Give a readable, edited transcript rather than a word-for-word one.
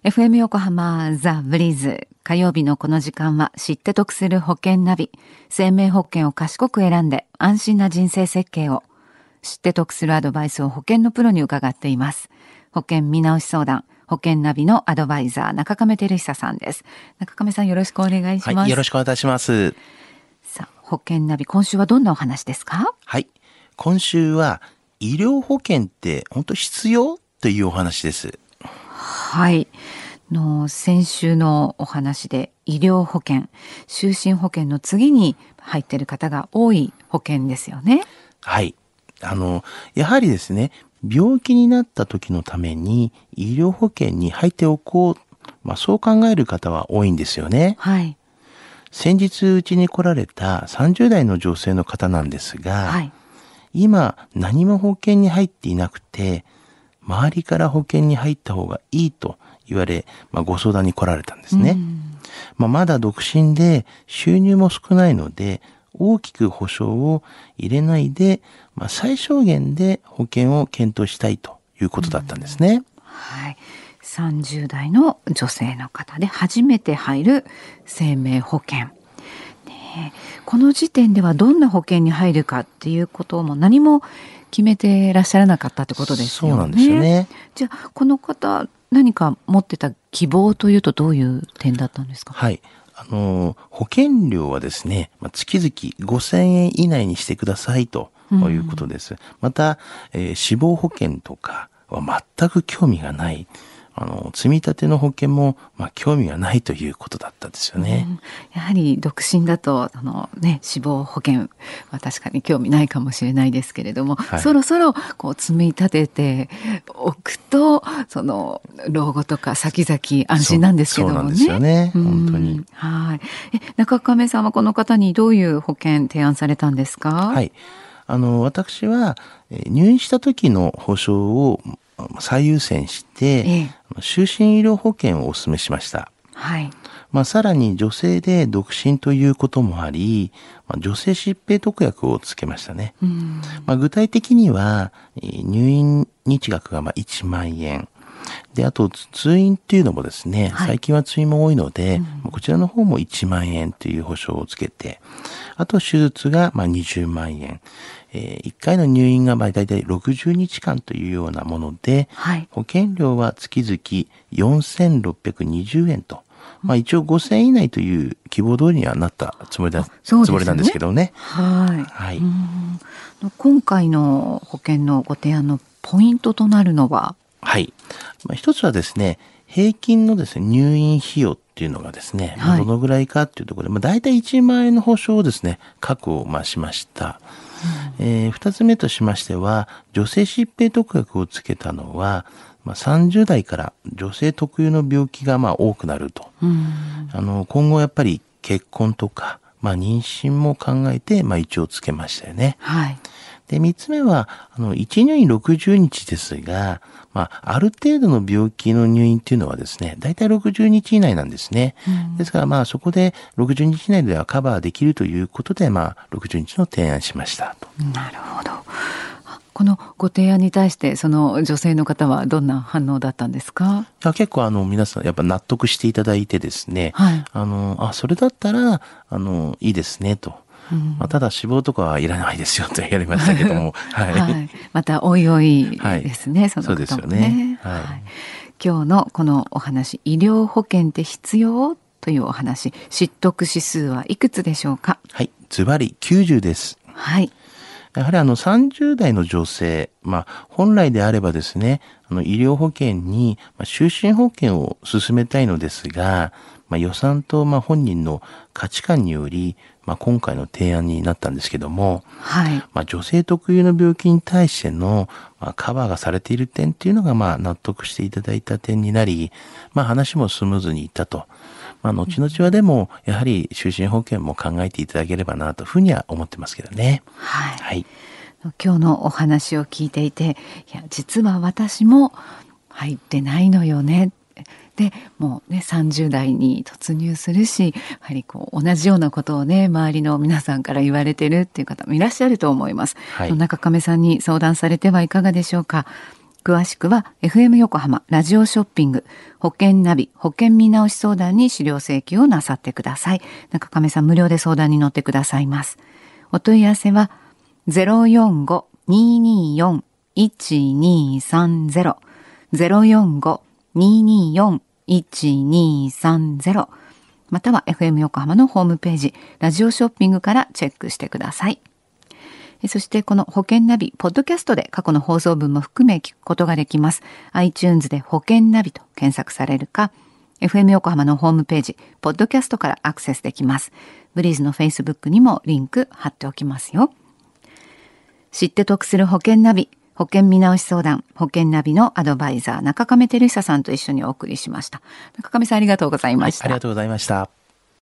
FM 横浜ザ・ブリーズ。火曜日のこの時間は知って得する保険ナビ。生命保険を賢く選んで安心な人生設計を。知って得するアドバイスを保険のプロに伺っています。保険見直し相談、保険ナビのアドバイザー、中亀照久さんです。中亀さん、よろしくお願いします。 はい、よろしくお願いいたします。 さあ、保険ナビ、今週はどんなお話ですか？ はい、今週は医療保険って本当必要というお話です。 はい。先週のお話で医療保険、就寝保険の次に入っている方が多い保険ですよね。 はい。やはりですね、病気になった時のために医療保険に入っておこう、そう考える方は多いんですよね。 はい。 先日うちに来られた30代の女性の方なんですが、 はい。 今何も保険に入っていなくて、周りから保険に入った方がいいと言われ、ご相談に来られたんですね。まだ独身で収入も少ないので、大きく保証を入れないで、最小限で保険を検討したいということだったんですね。 はい。30代の女性の方で初めて入る生命保険。この時点ではどんな保険に入るかっていうことも何も決めていらっしゃらなかったってことですよね。 そうなんですよね。 じゃあこの方何か持ってた希望というとどういう点だったんですか？ はい。保険料はですね、月々5000円以内にしてくださいということです。また、死亡保険とかは全く興味がない。積み立ての保険も、興味がないということだったんですよね。 やはり独身だと死亡保険は確かに興味ないかもしれないですけれども、 はい、 そろそろ積み立てておくと老後とか先々安心なんですけどもね。 そうなんですよね。本当に。 はい。中亀さんはこの方にどういう保険提案されたんですか？ はい。私は入院した時の保証を最優先して、就寝医療保険をお勧めしました。 はい。 さらに女性で独身ということもあり、女性疾病特約をつけましたね。具体的には、入院日額が1万円。で、あと通院っていうのもですね、最近は通院も多いので、こちらの方も1万円という保証をつけて、あと手術が20万円。1回の入院がだいたい60日間というようなもので、保険料は月々4620円と、一応5000円以内という希望通りにはなったつもりなんですけどね。 はい。今回の保険のご提案のポイントとなるのは？ はい。一つはですね、平均のですね、入院費用っていうのがですね、どのぐらいかっていうところで、だいたい1万円の保証をですね、確保しました。二つ目としましては、女性疾病特約をつけたのは、30代から女性特有の病気が多くなると。今後やっぱり結婚とか、妊娠も考えて、一応つけましたよね。 はい。 で、三つ目は、1入院60日ですが、ある程度の病気の入院っていうのはですね、だいたい60日以内なんですね。ですからそこで60日以内ではカバーできるということで、60日の提案しましたと。 なるほど。このご提案に対してその女性の方はどんな反応だったんですか？ 結構皆さんやっぱ納得していただいてですね、それだったらいいですねと。ただ死亡とかはいらないですよとやりましたけども、 またおいおいですね、その方もね。 そうですよね。 今日のこのお話、医療保険って必要というお話、知得指数はいくつでしょうか？ はい、ズバリ90です。 はい。 やはり30代の女性、本来であればですね、医療保険に就寝保険を進めたいのですが、予算と本人の価値観により、今回の提案になったんですけども、女性特有の病気に対しての、カバーがされている点っていうのが納得していただいた点になり、話もスムーズにいったと。後々はでもやはり就寝保険も考えていただければなというふうには思ってますけどね。 今日のお話を聞いていて、実は私も入ってないのよね。でもうね30代に突入するし、やはり同じようなことをね周りの皆さんから言われてるっていう方もいらっしゃると思います。中亀さんに相談されてはいかがでしょうか？ 詳しくは FM 横浜ラジオショッピング保険ナビ保険見直し相談に資料請求をなさってください。中亀さん無料で相談に乗ってくださいます。お問い合わせは 045-224-1230 045-224-1230または FM 横浜のホームページラジオショッピングからチェックしてください。そしてこの保険ナビポッドキャストで過去の放送分も含め聞くことができます。 iTunes で保険ナビと検索されるか FM 横浜のホームページポッドキャストからアクセスできます。ブリーズの Facebook にもリンク貼っておきますよ。知って得する保険ナビ保険見直し相談保険ナビのアドバイザー中亀照久さんと一緒にお送りしました。中亀さんありがとうございました。 ありがとうございました。